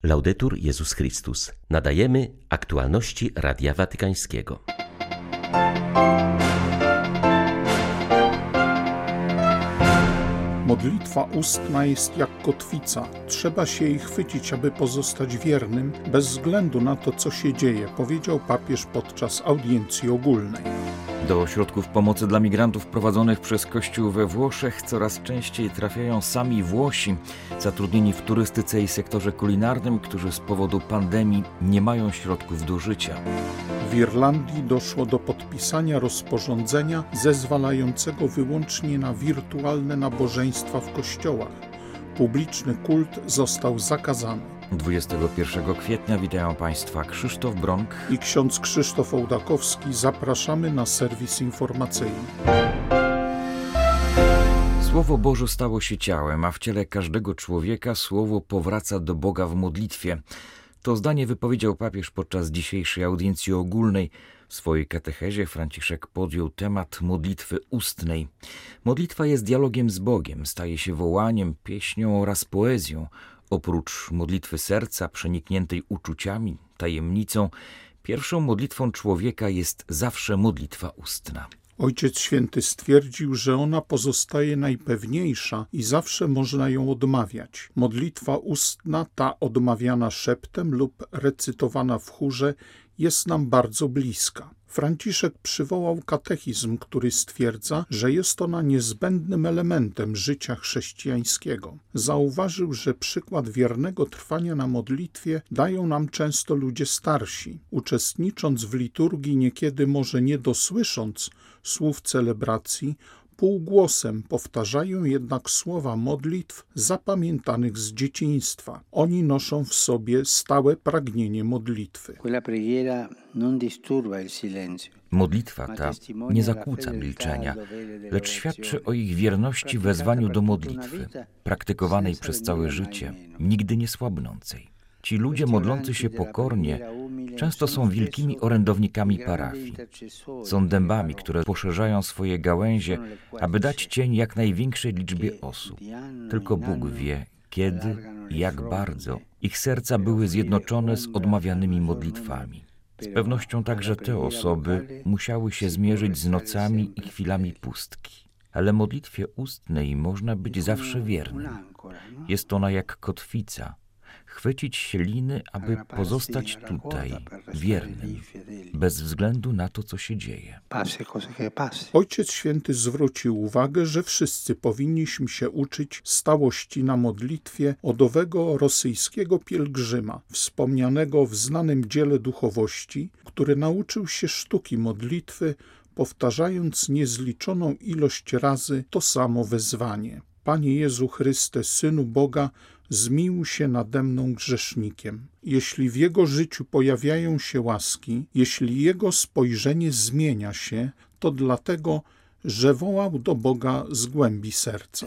Laudetur Jezus Chrystus. Nadajemy aktualności Radia Watykańskiego. Modlitwa ustna jest jak kotwica. Trzeba się jej chwycić, aby pozostać wiernym, bez względu na to, co się dzieje, powiedział papież podczas audiencji ogólnej. Do ośrodków pomocy dla migrantów prowadzonych przez Kościół we Włoszech coraz częściej trafiają sami Włosi, zatrudnieni w turystyce i sektorze kulinarnym, którzy z powodu pandemii nie mają środków do życia. W Irlandii doszło do podpisania rozporządzenia zezwalającego wyłącznie na wirtualne nabożeństwa w kościołach. Publiczny kult został zakazany. 21 kwietnia witają Państwa Krzysztof Bronk I ksiądz Krzysztof Ołdakowski. Zapraszamy na serwis informacyjny. Słowo Boże stało się ciałem, a w ciele każdego człowieka Słowo powraca do Boga w modlitwie. To zdanie wypowiedział papież podczas dzisiejszej audiencji ogólnej. W swojej katechezie Franciszek podjął temat modlitwy ustnej. Modlitwa jest dialogiem z Bogiem, staje się wołaniem, pieśnią oraz poezją. Oprócz modlitwy serca przenikniętej uczuciami, tajemnicą, pierwszą modlitwą człowieka jest zawsze modlitwa ustna. Ojciec Święty stwierdził, że ona pozostaje najpewniejsza i zawsze można ją odmawiać. Modlitwa ustna, ta odmawiana szeptem lub recytowana w chórze, jest nam bardzo bliska. Franciszek przywołał katechizm, który stwierdza, że jest ona niezbędnym elementem życia chrześcijańskiego. Zauważył, że przykład wiernego trwania na modlitwie dają nam często ludzie starsi. Uczestnicząc w liturgii, niekiedy może nie dosłysząc słów celebracji, półgłosem powtarzają jednak słowa modlitw zapamiętanych z dzieciństwa. Oni noszą w sobie stałe pragnienie modlitwy. Modlitwa ta nie zakłóca milczenia, lecz świadczy o ich wierności w wezwaniu do modlitwy, praktykowanej przez całe życie, nigdy nie słabnącej. Ci ludzie modlący się pokornie często są wielkimi orędownikami parafii. Są dębami, które poszerzają swoje gałęzie, aby dać cień jak największej liczbie osób. Tylko Bóg wie, kiedy i jak bardzo ich serca były zjednoczone z odmawianymi modlitwami. Z pewnością także te osoby musiały się zmierzyć z nocami i chwilami pustki. Ale modlitwie ustnej można być zawsze wiernym. Jest ona jak kotwica. Chwycić się liny, aby pozostać tutaj, wiernym, bez względu na to, co się dzieje. Ojciec Święty zwrócił uwagę, że wszyscy powinniśmy się uczyć stałości na modlitwie od owego rosyjskiego pielgrzyma, wspomnianego w znanym dziele duchowości, który nauczył się sztuki modlitwy, powtarzając niezliczoną ilość razy to samo wezwanie. Panie Jezu Chryste, Synu Boga, zmiłuj się nade mną grzesznikiem. Jeśli w jego życiu pojawiają się łaski, jeśli jego spojrzenie zmienia się, to dlatego, że wołał do Boga z głębi serca.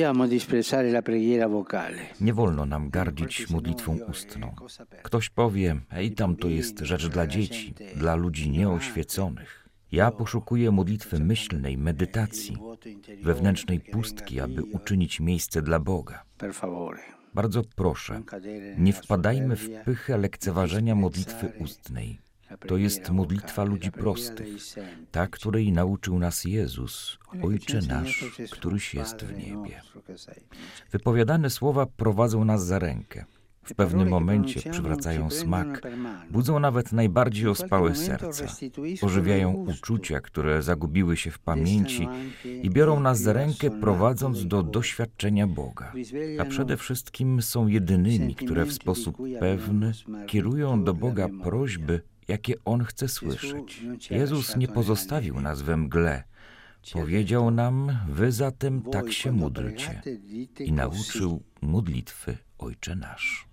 Nie wolno nam gardzić modlitwą ustną. Ktoś powie, tam to jest rzecz dla dzieci, dla ludzi nieoświeconych. Ja poszukuję modlitwy myślnej, medytacji, wewnętrznej pustki, aby uczynić miejsce dla Boga. Bardzo proszę, nie wpadajmy w pychę lekceważenia modlitwy ustnej. To jest modlitwa ludzi prostych, ta, której nauczył nas Jezus, Ojcze nasz, któryś jest w niebie. Wypowiadane słowa prowadzą nas za rękę. W pewnym momencie przywracają smak, budzą nawet najbardziej ospałe serca, ożywiają uczucia, które zagubiły się w pamięci i biorą nas za rękę, prowadząc do doświadczenia Boga. A przede wszystkim są jedynymi, które w sposób pewny kierują do Boga prośby, jakie On chce słyszeć. Jezus nie pozostawił nas we mgle. Powiedział nam, wy zatem tak się módlcie i nauczył modlitwy Ojcze nasz.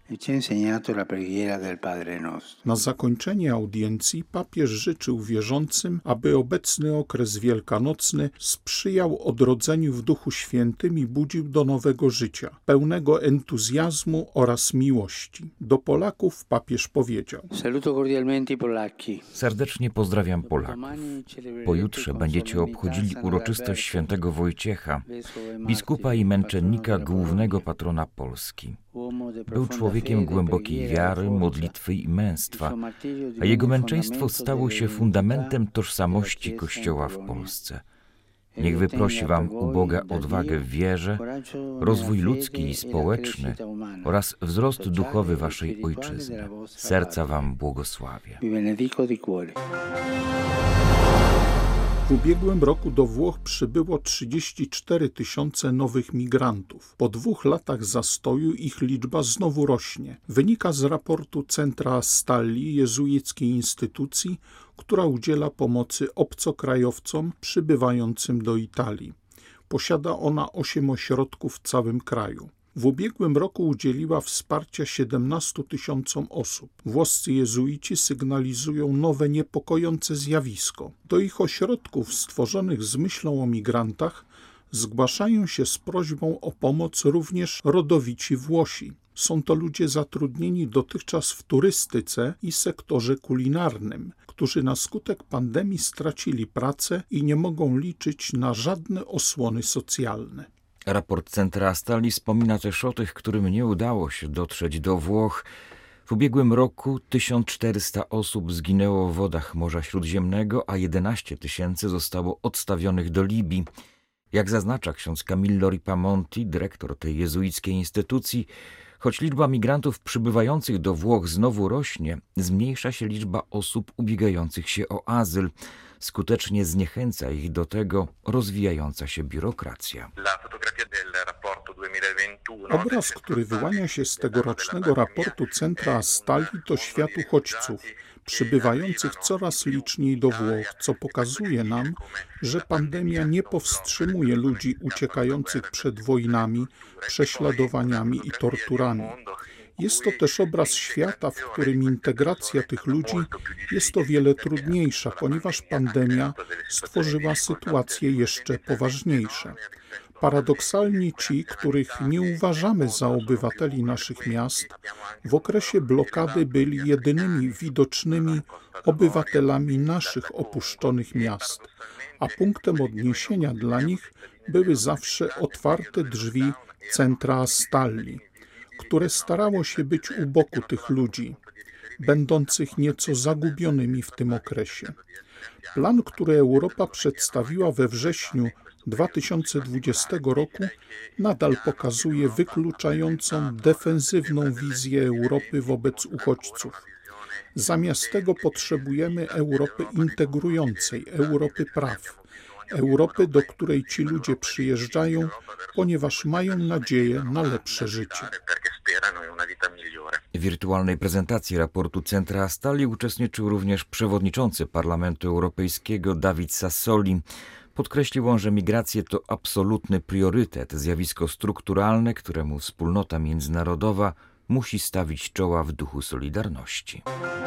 Na zakończenie audiencji papież życzył wierzącym, aby obecny okres wielkanocny sprzyjał odrodzeniu w Duchu Świętym i budził do nowego życia, pełnego entuzjazmu oraz miłości. Do Polaków papież powiedział: Serdecznie pozdrawiam Polaków. Pojutrze będziecie obchodzili uroczystość świętego Wojciecha, biskupa i męczennika, głównego patrona Polski. Był człowiekiem człowiekiem głębokiej wiary, modlitwy i męstwa, a jego męczeństwo stało się fundamentem tożsamości Kościoła w Polsce. Niech wyprosi wam u Boga odwagę w wierze, rozwój ludzki i społeczny oraz wzrost duchowy waszej ojczyzny. Serca wam błogosławię. W ubiegłym roku do Włoch przybyło 34 000 nowych migrantów. Po 2 latach zastoju ich liczba znowu rośnie. Wynika z raportu Centra Stalli, jezuickiej instytucji, która udziela pomocy obcokrajowcom przybywającym do Italii. Posiada ona 8 ośrodków w całym kraju. W ubiegłym roku udzieliła wsparcia 17 000 osób. Włoscy jezuici sygnalizują nowe, niepokojące zjawisko. Do ich ośrodków stworzonych z myślą o migrantach zgłaszają się z prośbą o pomoc również rodowici Włosi. Są to ludzie zatrudnieni dotychczas w turystyce i sektorze kulinarnym, którzy na skutek pandemii stracili pracę i nie mogą liczyć na żadne osłony socjalne. Raport Centra Stalli wspomina też o tych, którym nie udało się dotrzeć do Włoch. W ubiegłym roku 1400 osób zginęło w wodach Morza Śródziemnego, a 11 000 zostało odstawionych do Libii. Jak zaznacza ksiądz Camillo Ripamonti, dyrektor tej jezuickiej instytucji, choć liczba migrantów przybywających do Włoch znowu rośnie, zmniejsza się liczba osób ubiegających się o azyl. Skutecznie zniechęca ich do tego rozwijająca się biurokracja. Obraz, który wyłania się z tegorocznego raportu Centra Stalli, to świat uchodźców, przybywających coraz liczniej do Włoch, co pokazuje nam, że pandemia nie powstrzymuje ludzi uciekających przed wojnami, prześladowaniami i torturami. Jest to też obraz świata, w którym integracja tych ludzi jest o wiele trudniejsza, ponieważ pandemia stworzyła sytuacje jeszcze poważniejsze. Paradoksalnie ci, których nie uważamy za obywateli naszych miast, w okresie blokady byli jedynymi widocznymi obywatelami naszych opuszczonych miast, a punktem odniesienia dla nich były zawsze otwarte drzwi Centra Stalli, które starało się być u boku tych ludzi, będących nieco zagubionymi w tym okresie. Plan, który Europa przedstawiła we wrześniu 2020 roku, nadal pokazuje wykluczającą, defensywną wizję Europy wobec uchodźców. Zamiast tego potrzebujemy Europy integrującej, Europy praw, Europy, do której ci ludzie przyjeżdżają, ponieważ mają nadzieję na lepsze życie. W wirtualnej prezentacji raportu Centra Stalli uczestniczył również przewodniczący Parlamentu Europejskiego David Sassoli. Podkreślił on, że migracje to absolutny priorytet, zjawisko strukturalne, któremu wspólnota międzynarodowa musi stawić czoła w duchu solidarności.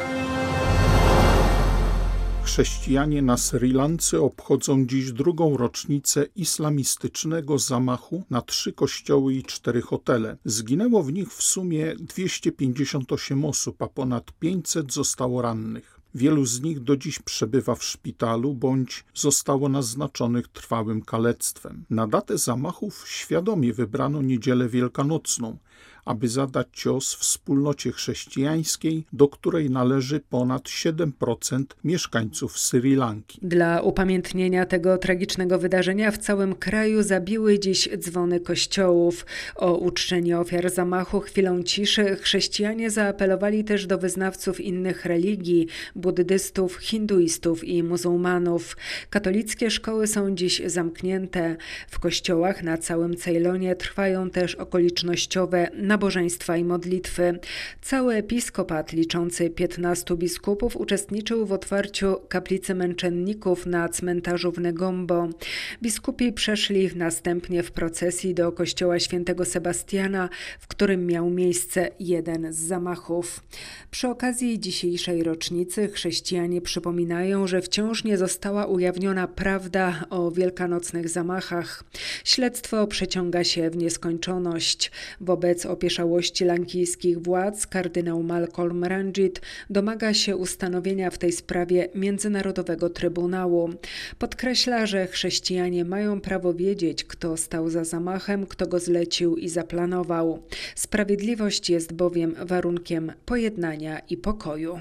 Chrześcijanie na Sri Lance obchodzą dziś 2. rocznicę islamistycznego zamachu na 3 kościoły i 4 hotele. Zginęło w nich w sumie 258 osób, a ponad 500 zostało rannych. Wielu z nich do dziś przebywa w szpitalu bądź zostało naznaczonych trwałym kalectwem. Na datę zamachów świadomie wybrano Niedzielę Wielkanocną, aby zadać cios wspólnocie chrześcijańskiej, do której należy ponad 7% mieszkańców Sri Lanki. Dla upamiętnienia tego tragicznego wydarzenia w całym kraju zabiły dziś dzwony kościołów. O uczczenie ofiar zamachu chwilą ciszy chrześcijanie zaapelowali też do wyznawców innych religii, buddystów, hinduistów i muzułmanów. Katolickie szkoły są dziś zamknięte. W kościołach na całym Ceylonie trwają też okolicznościowe nabożeństwa i modlitwy. Cały episkopat liczący 15 biskupów uczestniczył w otwarciu kaplicy męczenników na cmentarzu w Negombo. Biskupi przeszli następnie w procesji do kościoła świętego Sebastiana, w którym miał miejsce jeden z zamachów. Przy okazji dzisiejszej rocznicy chrześcijanie przypominają, że wciąż nie została ujawniona prawda o wielkanocnych zamachach. Śledztwo przeciąga się w nieskończoność. Wobec wobec opieszałości lankijskich władz, kardynał Malcolm Ranjit domaga się ustanowienia w tej sprawie Międzynarodowego Trybunału. Podkreśla, że chrześcijanie mają prawo wiedzieć, kto stał za zamachem, kto go zlecił i zaplanował. Sprawiedliwość jest bowiem warunkiem pojednania i pokoju.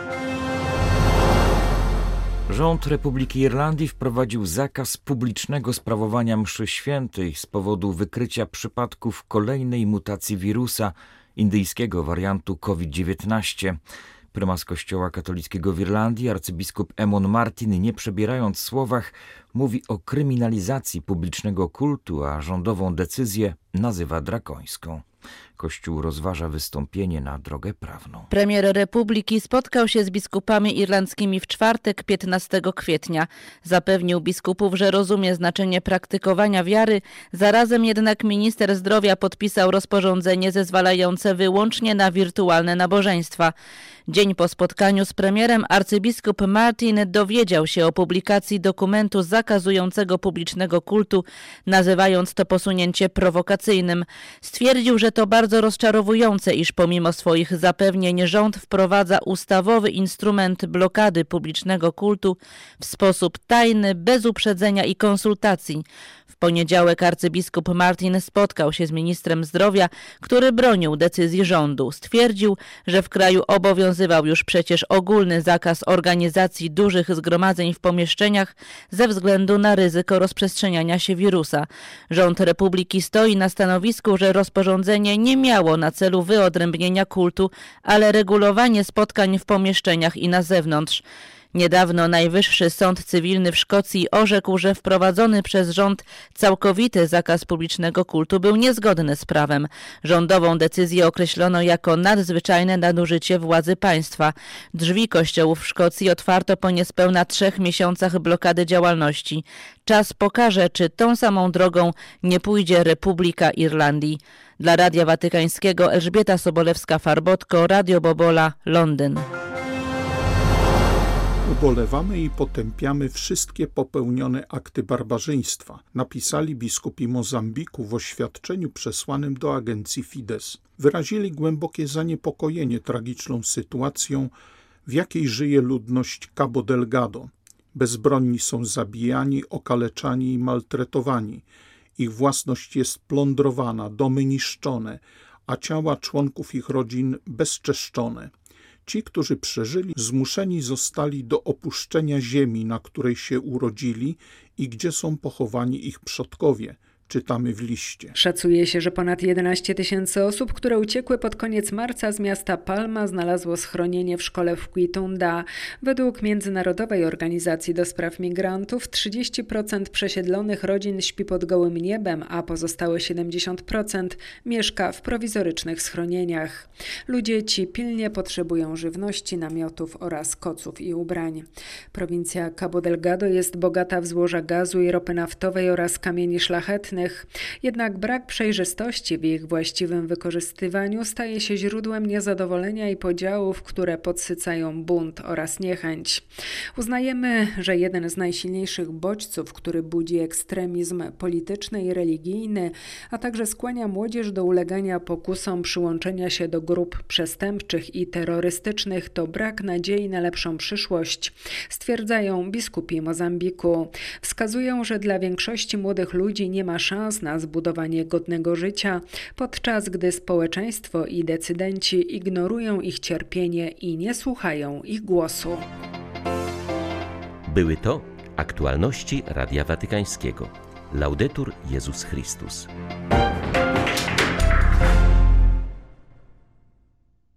Rząd Republiki Irlandii wprowadził zakaz publicznego sprawowania mszy świętej z powodu wykrycia przypadków kolejnej mutacji wirusa, indyjskiego wariantu COVID-19. Prymas Kościoła katolickiego w Irlandii, arcybiskup Eamon Martin, nie przebierając w słowach, mówi o kryminalizacji publicznego kultu, a rządową decyzję nazywa drakońską. Kościół rozważa wystąpienie na drogę prawną. Premier Republiki spotkał się z biskupami irlandzkimi w czwartek, 15 kwietnia. Zapewnił biskupów, że rozumie znaczenie praktykowania wiary. Zarazem jednak minister zdrowia podpisał rozporządzenie zezwalające wyłącznie na wirtualne nabożeństwa. Dzień po spotkaniu z premierem arcybiskup Martin dowiedział się o publikacji dokumentu zakazującego publicznego kultu, nazywając to posunięcie prowokacyjnym. Stwierdził, że to bardzo rozczarowujące, iż pomimo swoich zapewnień rząd wprowadza ustawowy instrument blokady publicznego kultu w sposób tajny, bez uprzedzenia i konsultacji. W poniedziałek arcybiskup Martin spotkał się z ministrem zdrowia, który bronił decyzji rządu. Stwierdził, że w kraju obowiązywał już przecież ogólny zakaz organizacji dużych zgromadzeń w pomieszczeniach ze względu na ryzyko rozprzestrzeniania się wirusa. Rząd Republiki stoi na stanowisku, że rozporządzenie nie miało na celu wyodrębnienia kultu, ale regulowanie spotkań w pomieszczeniach i na zewnątrz. Niedawno Najwyższy Sąd Cywilny w Szkocji orzekł, że wprowadzony przez rząd całkowity zakaz publicznego kultu był niezgodny z prawem. Rządową decyzję określono jako nadzwyczajne nadużycie władzy państwa. Drzwi kościołów w Szkocji otwarto po niespełna 3 miesiącach blokady działalności. Czas pokaże, czy tą samą drogą nie pójdzie Republika Irlandii. Dla Radia Watykańskiego Elżbieta Sobolewska-Farbotko, Radio Bobola, Londyn. Ubolewamy i potępiamy wszystkie popełnione akty barbarzyństwa, napisali biskupi Mozambiku w oświadczeniu przesłanym do agencji Fides. Wyrazili głębokie zaniepokojenie tragiczną sytuacją, w jakiej żyje ludność Cabo Delgado. Bezbronni są zabijani, okaleczani i maltretowani. Ich własność jest plądrowana, domy niszczone, a ciała członków ich rodzin bezczeszczone. Ci, którzy przeżyli, zmuszeni zostali do opuszczenia ziemi, na której się urodzili i gdzie są pochowani ich przodkowie. Czytamy w liście. Szacuje się, że ponad 11 000 osób, które uciekły pod koniec marca z miasta Palma, znalazło schronienie w szkole w Quitunda. Według Międzynarodowej Organizacji do Spraw Migrantów 30% przesiedlonych rodzin śpi pod gołym niebem, a pozostałe 70% mieszka w prowizorycznych schronieniach. Ludzie ci pilnie potrzebują żywności, namiotów oraz koców i ubrań. Prowincja Cabo Delgado jest bogata w złoża gazu i ropy naftowej oraz kamieni szlachetnych. Jednak brak przejrzystości w ich właściwym wykorzystywaniu staje się źródłem niezadowolenia i podziałów, które podsycają bunt oraz niechęć. Uznajemy, że jeden z najsilniejszych bodźców, który budzi ekstremizm polityczny i religijny, a także skłania młodzież do ulegania pokusom przyłączenia się do grup przestępczych i terrorystycznych, to brak nadziei na lepszą przyszłość, stwierdzają biskupi Mozambiku. Wskazują, że dla większości młodych ludzi nie ma szans na zbudowanie godnego życia, podczas gdy społeczeństwo i decydenci ignorują ich cierpienie i nie słuchają ich głosu. Były to aktualności Radia Watykańskiego. Laudetur Jezus Chrystus.